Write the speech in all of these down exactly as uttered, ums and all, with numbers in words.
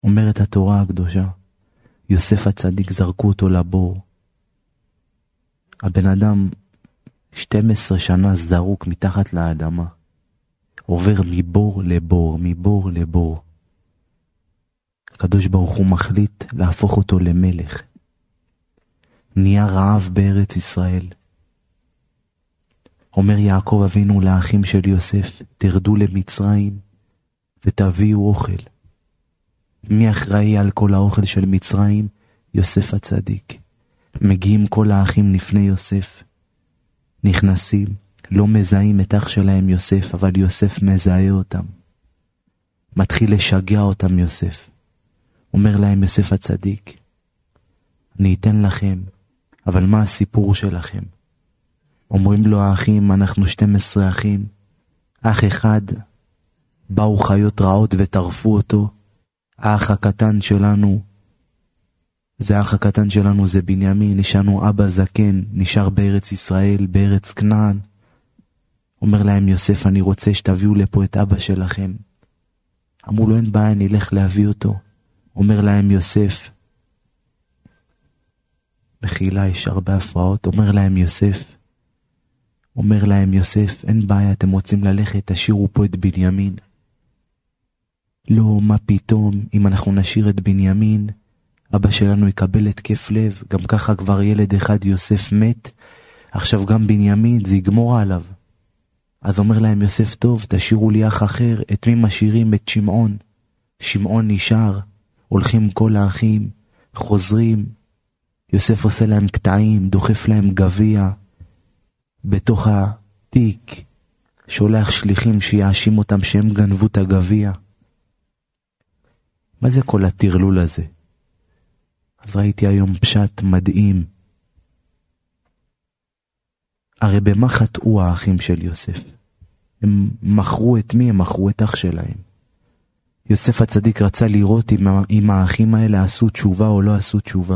אומרת התורה הקדושה, יוסף הצדיק זרקו אותו לבור. הבן אדם שתים עשרה שנה זרוק מתחת לאדמה. עובר מבור לבור, מבור לבור. הקדוש ברוך הוא מחליט להפוך אותו למלך. נהיה רעב בארץ ישראל. אומר יעקב אבינו לאחים של יוסף, תרדו למצרים ותביאו אוכל. מי אחראי על כל האוכל של מצרים? יוסף הצדיק. מגיעים כל האחים לפני יוסף. נכנסים, לא מזהים את אח שלהם יוסף, אבל יוסף מזהה אותם. מתחיל לשגע אותם יוסף. אומר להם יוסף הצדיק, אני אתן לכם, אבל מה הסיפור שלכם? אומרים לו האחים, אנחנו שתים עשרה אחים. אח אחד, באו חיות רעות וטרפו אותו. האח הקטן שלנו, זה האח הקטן שלנו זה בנימין, נשארנו אבא זקן, נשאר בארץ ישראל, בארץ כנען. אומר להם יוסף, אני רוצה שתביאו לפה את אבא שלכם. אמרו לו, אין בעיה, נלך להביא אותו. אומר להם יוסף, מחילה, יש הרבה הפרעות. אומר להם יוסף, אומר להם יוסף, אין בעיה, אתם רוצים ללכת, תשאירו פה את בנימין. לא, מה פתאום, אם אנחנו נשאיר את בנימין, אבא שלנו יקבל התקף לב, גם ככה כבר ילד אחד יוסף מת, עכשיו גם בנימין, זה יגמור עליו. אז אומר להם יוסף, טוב, תשאירו לי אח אחר. את מי משאירים? את שמעון. שמעון נשאר, הולכים כל האחים, חוזרים, יוסף עושה להם קטעים, דוחף להם גביע, בתוך התיק, שולח שליחים שיאשים אותם שהם גנבו את הגביע. מה זה כל התרלול הזה? אז ראיתי היום פשט מדהים. הרי במה חטאו האחים של יוסף? הם מכרו את מי? הם מכרו את אח שלהם. יוסף הצדיק רצה לראות אם, אם האחים האלה עשו תשובה או לא עשו תשובה.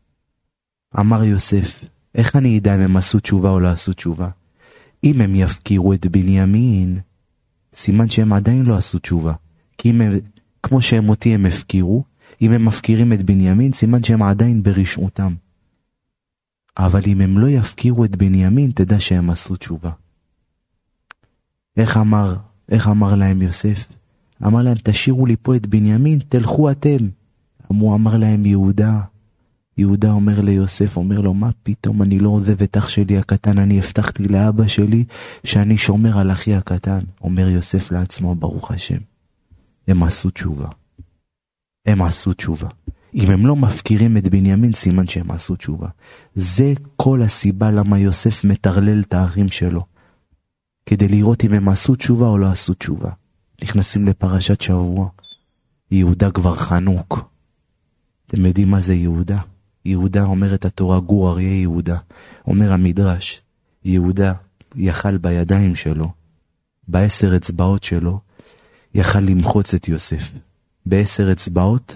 אמר יוסף, איך אני יודע אם הם עשו תשובה או לא עשו תשובה? אם הם יפקירו את בנימין, סימן שהם עדיין לא עשו תשובה. כי אם, כמו שהם אותי הם הפקירו, אם הם מפקירים את בנימין, סימן שהם עדיין ברשעותם. אבל אם הם לא יפקירו את בנימין, תדע שהם עשו תשובה. איך אמר, איך אמר להם יוסף? אמר להם, תשאירו לי פה את בנימין, תלכו אתם. הוא אמר להם, יהודה. יהודה אומר ליוסף, אומר לו, מה פתאום אני לא עוזב את אח שלי הקטן, אני הבטחתי לאבא שלי שאני שומר על אחי הקטן. אומר יוסף לעצמו, ברוך השם. הם עשו תשובה. הם עשו תשובה. אם הם לא מפקירים את בנימין, סימן שהם עשו תשובה. זה כל הסיבה למה יוסף מטרלל את האחים שלו. כדי לראות אם הם עשו תשובה או לא עשו תשובה. נכנסים לפרשת שבוע. יהודה כבר חנוק. אתם יודעים מה זה יהודה? יהודה, אומרת התורה, גור אריה יהודה. אומר המדרש, יהודה יכל בידיים שלו, בעשר אצבעות שלו, יכל למחוץ את יוסף. בעשר אצבעות,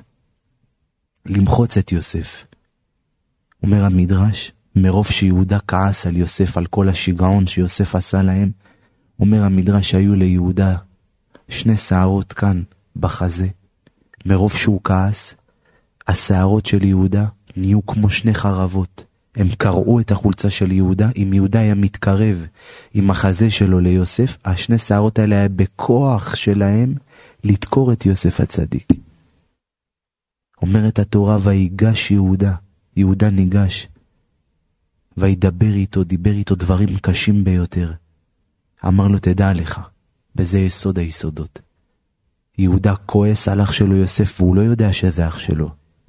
למחוץ את יוסף. אומר המדרש, מרוב שיהודה כעס על יוסף, על כל השיגעון שיוסף עשה להם, אומר המדרש שהיו ליהודה שני שערות כאן בחזה. מרוב שהוא כעס, השערות של יהודה נהיו כמו שני חרבות. הם קרעו את החולצה של יהודה. אם יהודה היה מתקרב עם החזה שלו ליוסף, השני שערות האלה היה בכוח שלהם לתקור את יוסף הצדיק. אומרת התורה, ויגש יהודה, יהודה ניגש, וידבר איתו, דיבר איתו דברים קשים ביותר. אמר לו, תדע לך, בזה יסוד היסודות. יהודה כועס על אח שלו יוסף, והוא לא יודע שזה אח שלו.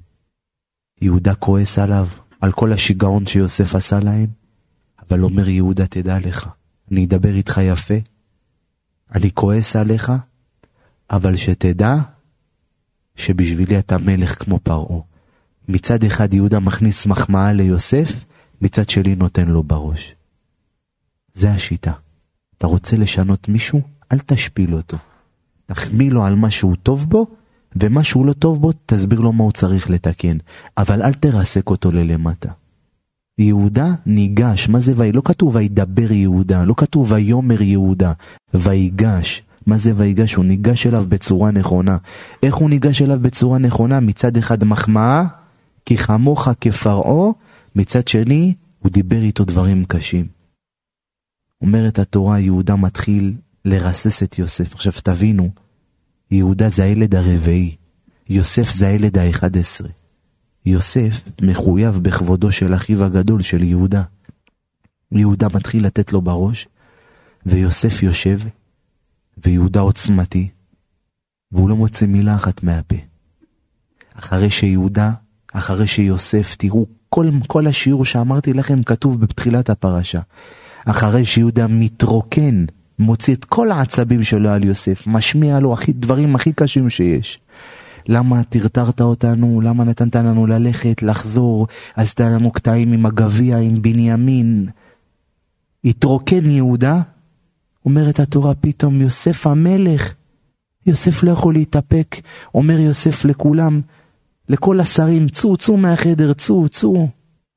יהודה כועס עליו, על כל השיגעון שיוסף עשה להם, אבל אומר יהודה, תדע לך, אני אדבר איתך יפה, אני כועס עליך, אבל שתדע שבשבילי אתה מלך כמו פרעה. מצד אחד יהודה מכניס מחמאה ליוסף, מצד שלי נותן לו בראש. זה השיטה. אתה רוצה לשנות מישהו? אל תשפיל אותו. תחמיא לו על מה שהוא טוב בו, ומה שהוא לא טוב בו, תסביר לו מה הוא צריך לתקן. אבל אל תרסק אותו ללמטה. יהודה ניגש, מה זה? לא כתוב וידבר יהודה, לא כתוב ויומר יהודה, ויגש. מה זה ויגש? הוא ניגש אליו בצורה נכונה. איך הוא ניגש אליו בצורה נכונה? מצד אחד מחמאה, כי חמוך כפרעה, מצד שני הוא דיבר איתו דברים קשים. אומרת התורה, יהודה מתחיל לרסס את יוסף. עכשיו תבינו, יהודה זה הילד הרביעי, יוסף זה הילד האחד עשרה. יוסף מחויב בכבודו של אחיו הגדול של יהודה. יהודה מתחיל לתת לו בראש, ויוסף יושב, ויהודה עוצמתי, והוא לא מוצא מילה אחת מהפה. אחרי שיהודה, אחרי שיוסף, תראו, כל, כל השיעור שאמרתי לכם כתוב בתחילת הפרשה. אחרי שיהודה מתרוקן, מוציא את כל העצבים שלו על יוסף, משמיע לו הכי, דברים הכי קשים שיש. למה תרתרת אותנו? למה נתנת לנו ללכת, לחזור? אז תן לנו קטעים עם הגביע, עם בנימין. התרוקן יהודה, אומרת התורה, פתאום יוסף המלך, יוסף לא יכול להתאפק, אומר יוסף לכולם, לכל השרים, צאו, צאו מהחדר, צאו, צאו.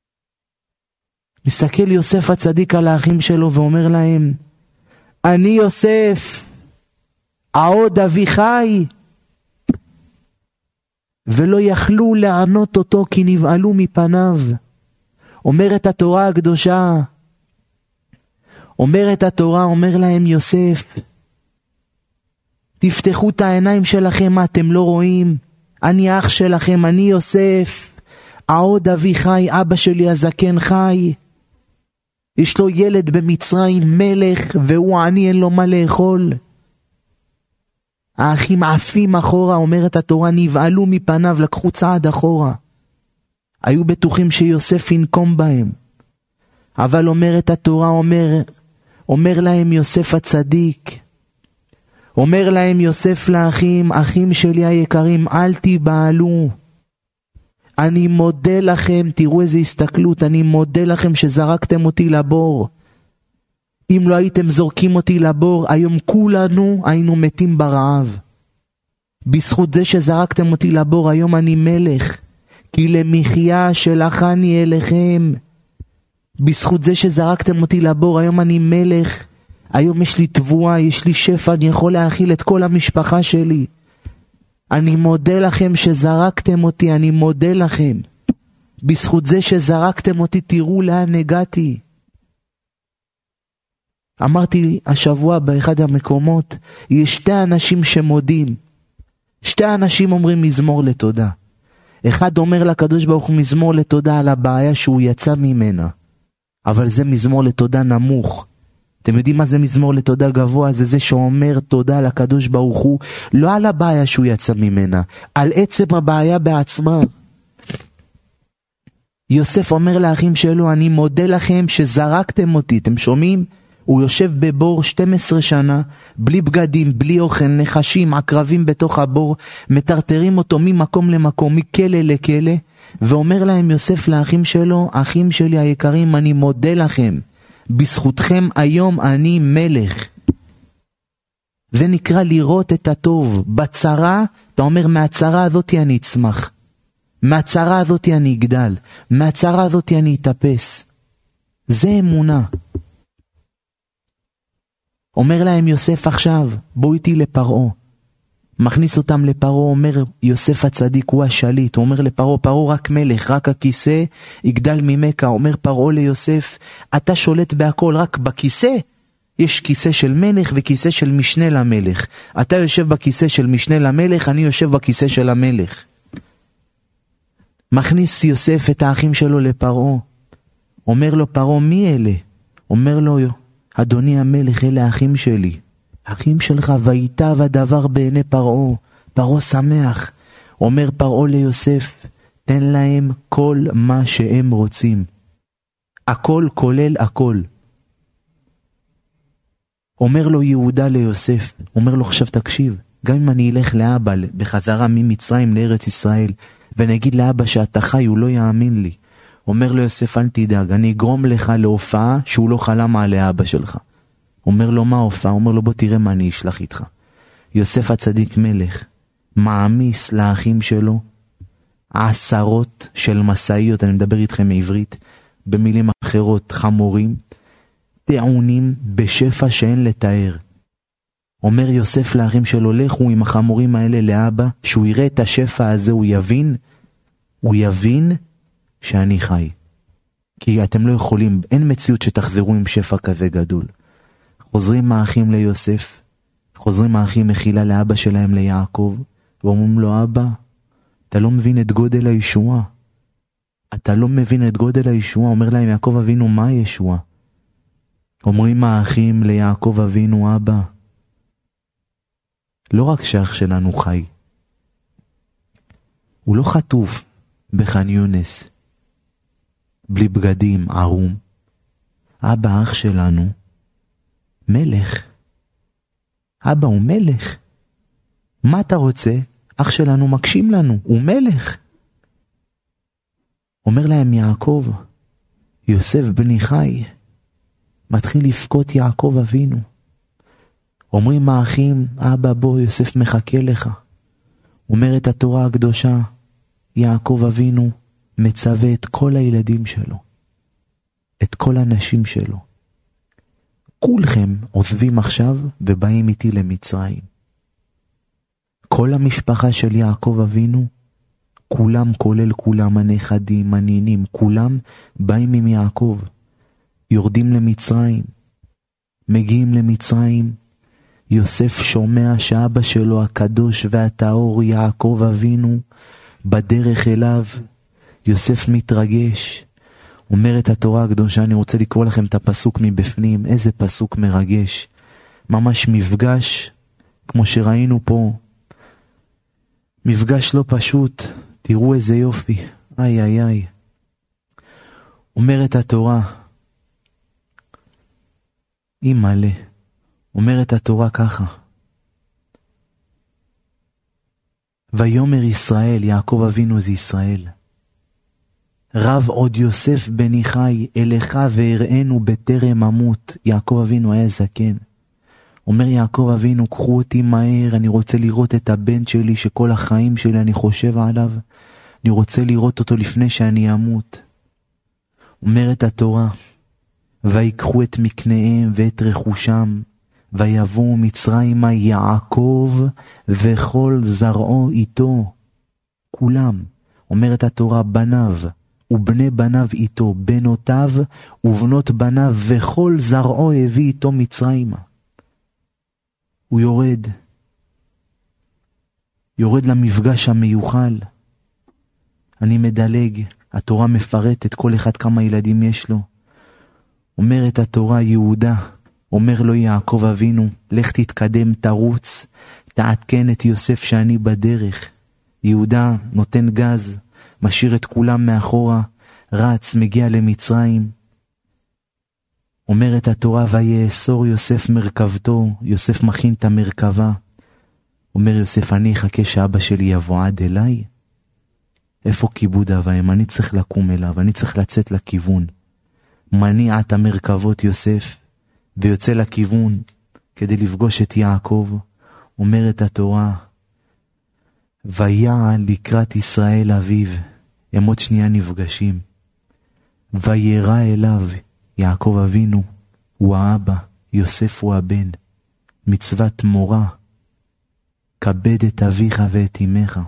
מסתכל יוסף הצדיק על האחים שלו ואומר להם, אני יוסף, העוד אבי חי, ולא יכלו לענות אותו כי נבעלו מפניו. אומרת התורה הקדושה, אומרת התורה, אומר להם יוסף, תפתחו את העיניים שלכם, מה אתם לא רואים? אני אח שלכם, אני יוסף, העוד אבי חי, אבא שלי הזקן חי. יש לו ילד במצרים, מלך, והוא עני, אין לו מה לאכול. האחים עפים אחורה, אומרת התורה, נבעלו מפניו, לקחו צעד אחורה. היו בטוחים שיוסף ינקום בהם. אבל אומרת התורה, אומר, אומר להם יוסף הצדיק, אומר להם יוסף לאחים, אחים שלי היקרים, אל תיבהלו. אני מודה לכם, תראו איזה הסתכלות, אני מודה לכם שזרקתם אותי לבור. אם לא הייתם זורקים אותי לבור, היום כולנו היינו מתים ברעב. בזכות זה שזרקתם אותי לבור, היום אני מלך, כי למחיה שלחני אליכם. בזכות זה שזרקתם אותי לבור, היום אני מלך, היום יש לי תבואה, יש לי שפע, אני יכול להאכיל את כל המשפחה שלי. אני מודה לכם שזרקתם אותי, אני מודה לכם. בזכות זה שזרקתם אותי, תראו לאן הגעתי. אמרתי השבוע באחד המקומות, יש שתי אנשים שמודים. שתי אנשים אומרים מזמור לתודה. אחד אומר לקדוש ברוך הוא מזמור לתודה על הבעיה שהוא יצא ממנה. אבל זה מזמור לתודה נמוך. אתם יודעים מה זה מזמור לתודה גבוה? זה זה שאומר תודה לקדוש ברוך הוא, לא על הבעיה שהוא יצא ממנה, על עצם הבעיה בעצמה. יוסף אומר לאחים שלו, אני מודה לכם שזרקתם אותי. אתם שומעים? הוא יושב בבור שתים עשרה שנה, בלי בגדים, בלי אוכל, נחשים, עקרבים בתוך הבור, מטרטרים אותו ממקום למקום, מכלא לכלא, ואומר להם יוסף לאחים שלו, אחים שלי היקרים, אני מודה לכם. בזכותכם היום אני מלך. זה נקרא לראות את הטוב. בצרה, אתה אומר, מהצרה הזאת אני אצמח. מהצרה הזאת אני אגדל. מהצרה הזאת אני אתאפס. זה אמונה. אומר להם יוסף עכשיו, בוא איתי לפרעה. מכניס אותם לפרעה, אומר יוסף הצדיק, הוא השליט. הוא אומר לפרעה, פרעה רק מלך, רק הכיסא יגדל ממך. אומר פרעה ליוסף, אתה שולט בהכל, רק בכיסא. יש כיסא של מלך וכיסא של משנה למלך. אתה יושב בכיסא של משנה למלך, אני יושב בכיסא של המלך. מכניס יוסף את האחים שלו לפרעה. אומר לו פרעה, מי אלה? אומר לו, אדוני המלך, אלה האחים שלי. האחים שלך, ויטב הדבר בעיני פרעה. פרעה שמח. אומר פרעה ליוסף, תן להם כל מה שהם רוצים. הכל כולל הכל. אומר לו יהודה ליוסף, אומר לו עכשיו תקשיב, גם אם אני אלך לאבא בחזרה ממצרים לארץ ישראל, ונגיד לאבא שאתה חי, הוא לא יאמין לי. אומר לו יוסף, אל תדאג, אני אגרום לך להופעה שהוא לא חלם עליה אבא שלך. אומר לו, מה הופעה? אומר לו, בוא תראה מה אני אשלח איתך. יוסף הצדיק מלך, מעמיס לאחים שלו, עשרות של מסעיות, אני מדבר איתכם מעברית, במילים אחרות, חמורים, טעונים בשפע שאין לתאר. אומר יוסף לאחים שלו, לכו עם החמורים האלה לאבא, שהוא יראה את השפע הזה, הוא יבין, הוא יבין שאני חי. כי אתם לא יכולים, אין מציאות שתחזרו עם שפע כזה גדול. חוזרים האחים ליוסף, חוזרים האחים מחילה לאבא שלהם ליעקב, ואומרים לו, אבא, אתה לא מבין את גודל הישועה. אתה לא מבין את גודל הישועה. אומר להם יעקב אבינו, מה הישועה? אומרים האחים ליעקב אבינו, אבא, לא רק שאח שלנו חי, הוא לא חטוף בח'אן יונס, בלי בגדים, ערום. אבא, אח שלנו, מלך. אבא הוא מלך. מה אתה רוצה? אח שלנו מקשים לנו, הוא מלך. אומר להם יעקב, יוסף בני חי. מתחיל לפקות יעקב אבינו. אומרים האחים, אבא בוא, יוסף מחכה לך. אומרת התורה הקדושה, יעקב אבינו מצווה את כל הילדים שלו, את כל הנשים שלו. כולכם עוזבים עכשיו ובאים איתי למצרים. כל המשפחה של יעקב אבינו, כולם כולל כולם, הנכדים, הנינים, כולם באים עם יעקב. יורדים למצרים, מגיעים למצרים. יוסף שומע שאבא שלו הקדוש והטהור יעקב אבינו בדרך אליו. יוסף מתרגש. אומרת התורה הקדושה, אני רוצה לקרוא לכם את הפסוק מבפנים. איזה פסוק מרגש. ממש מפגש, כמו שראינו פה. מפגש לא פשוט. תראו איזה יופי. איי איי איי. אומרת התורה, היא מלא. אומרת התורה ככה, ויאמר ישראל, יעקב אבינו זה ישראל, רב עוד יוסף בני חי אליך והראינו בטרם אמות. יעקב אבינו היה זקן. אומר יעקב אבינו, קחו אותי מהר, אני רוצה לראות את הבן שלי שכל החיים שלי אני חושב עליו, אני רוצה לראות אותו לפני שאני אמות. אומרת התורה, ויקחו את מקניהם ואת רכושם, ויבואו מצרימה יעקב וכל זרעו איתו. כולם. אומרת התורה, בניו ובני בניו איתו, בנותיו ובנות בניו וכל זרעו הביא איתו מצרימה. הוא יורד. יורד למפגש המיוחל. אני מדלג. התורה מפרטת כל אחד כמה ילדים יש לו. אומרת התורה, יהודה אומר לו יעקב אבינו, לך תתקדם, תרוץ, תעדכן את יוסף שאני בדרך. יהודה נותן גז, משאיר את כולם מאחורה, רץ, מגיע למצרים. אומרת התורה, ויאסור יוסף מרכבתו. יוסף מכין את המרכבה. אומר יוסף, אני אחכה שאבא שלי יבוא עד אליי. איפה כיבוד אבאים? אני צריך לקום אליו, אני צריך לצאת לכיוון. מניע את המרכבות יוסף, ויוצא לכיוון כדי לפגוש את יעקב. אומרת התורה, ויעל לקראת ישראל אביו. הם עוד שנייה נפגשים. וירא אליו. יעקב אבינו הוא האבא, יוסף הוא הבן. מצוות מורה, כבד את אביך ואת אמך.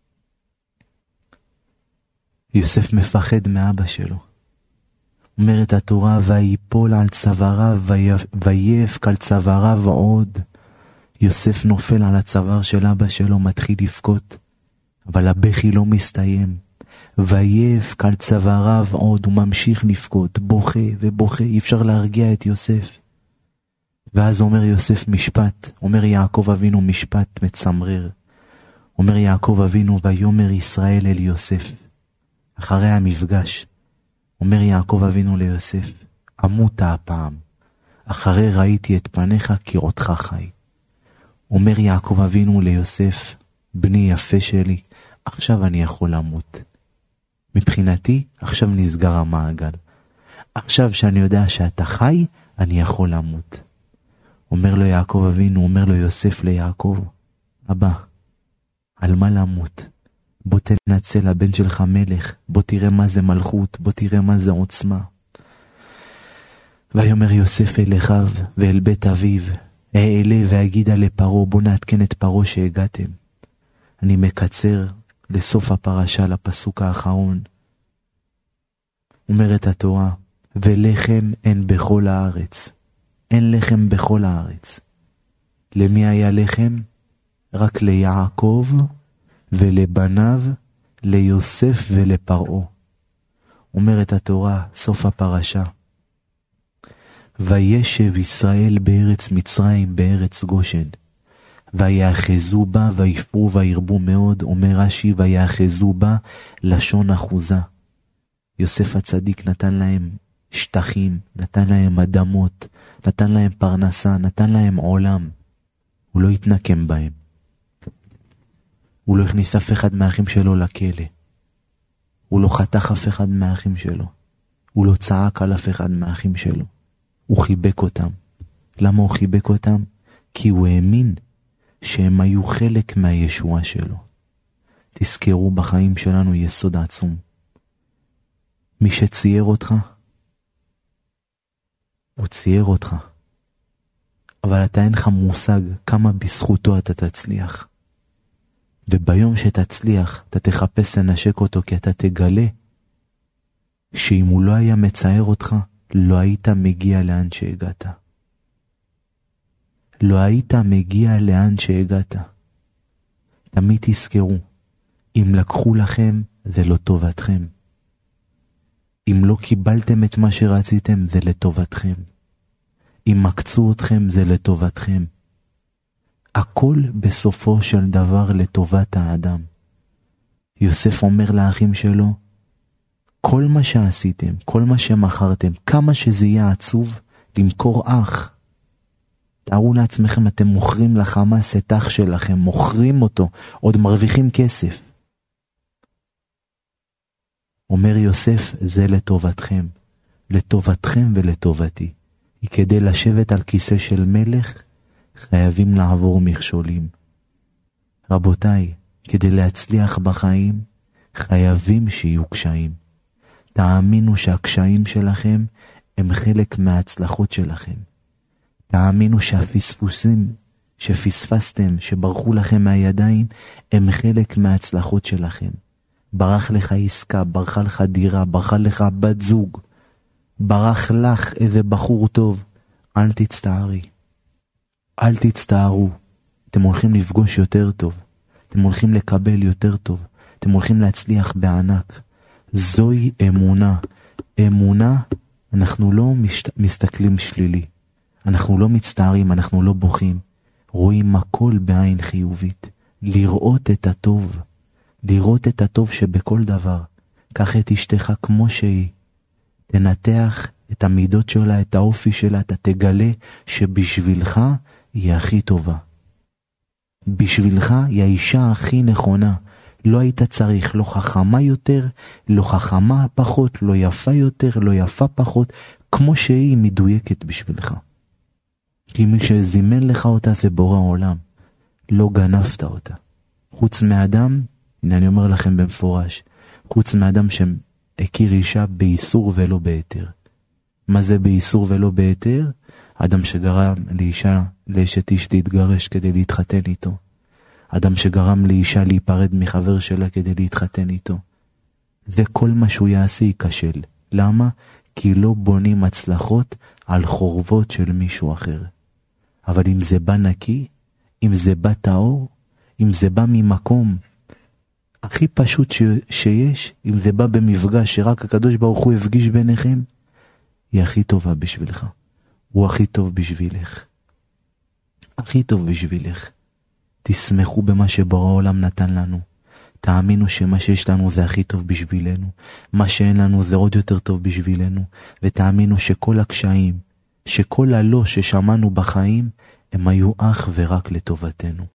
יוסף מפחד מאבא שלו. אומרת התורה, ויפול על צוואריו ויפק על צוואריו עוד. יוסף נופל על הצוואר של אבא שלו, מתחיל לבכות, אבל הבכי לא מסתיים. ויפק על צוואריו עוד, הוא ממשיך לבכות, בוכה ובוכה, אי אפשר להרגיע את יוסף. ואז אומר יוסף משפט, אומר יעקב אבינו משפט מצמרר. אומר יעקב אבינו, ויאמר ישראל אל יוסף. אחרי המפגש, אומר יעקב אבינו ליוסף, אמות הפעם, אחרי ראיתי את פניך כראותך חי. אומר יעקב אבינו ליוסף, בני יפה שלי, עכשיו אני יכול למות. מבחינתי, עכשיו נסגר המעגל. עכשיו שאני יודע שאתה חי, אני יכול למות. אומר לו יעקב אבינו, אומר לו יוסף ליעקב, אבא, על מה למות? בוא תנצל, הבן שלך מלך, בוא תראה מה זה מלכות, בוא תראה מה זה עוצמה. ויאמר יוסף אל אחיו ואל בית אביו, אעלה ואגידה לפרו, בוא נעדכן את פרו שהגעתם. אני מקצר לסוף הפרשה, לפסוק האחרון. אומרת התורה, ולחם אין בכל הארץ. אין לחם בכל הארץ. למי היה לחם? רק ליעקב ולבניו, ליוסף ולפרעה. אומרת התורה, סוף הפרשה, וישב ישראל בארץ מצרים, בארץ גושן, ויאחזו בה, ויפרו וירבו מאוד. אומר רש"י, ויאחזו בה לשון אחוזה. יוסף הצדיק נתן להם שטחים, נתן להם אדמות, נתן להם פרנסה, נתן להם עולם. הוא לא התנקם בהם. הוא לא הכניס אף אחד מהאחים שלו לכלא. הוא לא חתך אף אחד מהאחים שלו. הוא לא צעק על אף אחד מהאחים שלו. הוא חיבק אותם. למה הוא חיבק אותם? כי הוא האמין שהם היו חלק מהישועה שלו. תזכרו, בחיים שלנו יסוד עצום. מי שצייר אותך, הוא צייר אותך. אבל אתה אין לך מושג כמה בזכותו אתה תצליח. וביום שתצליח, אתה תחפש לנשק אותו, כי אתה תגלה שאם הוא לא היה מצייר אותך, לא היית מגיע לאן שהגעת. לא היית מגיע לאן שהגעת. תמיד תזכרו, אם לקחו לכם, זה לא טובתכם. אם לא קיבלתם את מה שרציתם, זה לטובתכם. אם מקצו אתכם, זה לטובתכם. הכל בסופו של דבר לטובת האדם. יוסף אומר לאחים שלו, כל מה שעשיתם, כל מה שמכרתם, כמה שזה יהיה עצוב, למכור אח. תארו לעצמכם, אתם מוכרים לחמאס את אח שלכם, מוכרים אותו, עוד מרוויחים כסף. אומר יוסף, זה לטובתכם, לטובתכם ולטובתי. כי כדי לשבת על כיסא של מלך, חייבים לעבור מכשולים. רבותיי, כדי להצליח בחיים, חייבים שיהיו קשיים. תאמינו שהקשיים שלכם הם חלק מההצלחות שלכם. תאמינו שהפספוסים שפספסתם, שברחו לכם מהידיים, הם חלק מההצלחות שלכם. ברח לך עסקה, ברחה לך דירה, ברחה לך בת זוג, ברח לך איזה בחור טוב, אל תצטערי. אל תצטערו. אתם הולכים לפגוש יותר טוב. אתם הולכים לקבל יותר טוב. אתם הולכים להצליח בענק. זוהי אמונה. אמונה, אנחנו לא משת... מסתכלים שלילי. אנחנו לא מצטערים, אנחנו לא בוכים. רואים הכל בעין חיובית. לראות את הטוב. לראות את הטוב שבכל דבר. קח את אשתך כמו שהיא. תנתח את המידות שלה, את האופי שלה, אתה תגלה שבשבילך היא הכי טובה. בשבילך היא האישה הכי נכונה. לא היית צריך, לא חכמה יותר, לא חכמה פחות, לא יפה יותר, לא יפה פחות, כמו שהיא מדויקת בשבילך. כי מי שזימן לך אותה זה בורא העולם. לא גנבת אותה. חוץ מאדם, הנה אני אומר לכם במפורש, חוץ מאדם שהכיר אישה באיסור ולא בהיתר. מה זה באיסור ולא בהיתר? אדם שגרם לאישה, לאשת איש להתגרש כדי להתחתן איתו. אדם שגרם לאישה להיפרד מחבר שלה כדי להתחתן איתו. וכל מה שהוא יעשה ייכשל. למה? כי לא בונים הצלחות על חורבות של מישהו אחר. אבל אם זה בא נקי, אם זה בא טהור, אם זה בא ממקום הכי פשוט ש... שיש, אם זה בא במפגש שרק הקדוש ברוך הוא הפגיש ביניכם, היא הכי טובה בשבילך. הוא הכי טוב בשבילך. הכי טוב בשבילך. תשמחו במה שבורא העולם נתן לנו. תאמינו שמה שיש לנו זה הכי טוב בשבילנו. מה שאין לנו זה עוד יותר טוב בשבילנו. ותאמינו שכל הקשיים, שכל הלא ששמענו בחיים, הם היו אך ורק לטובתנו.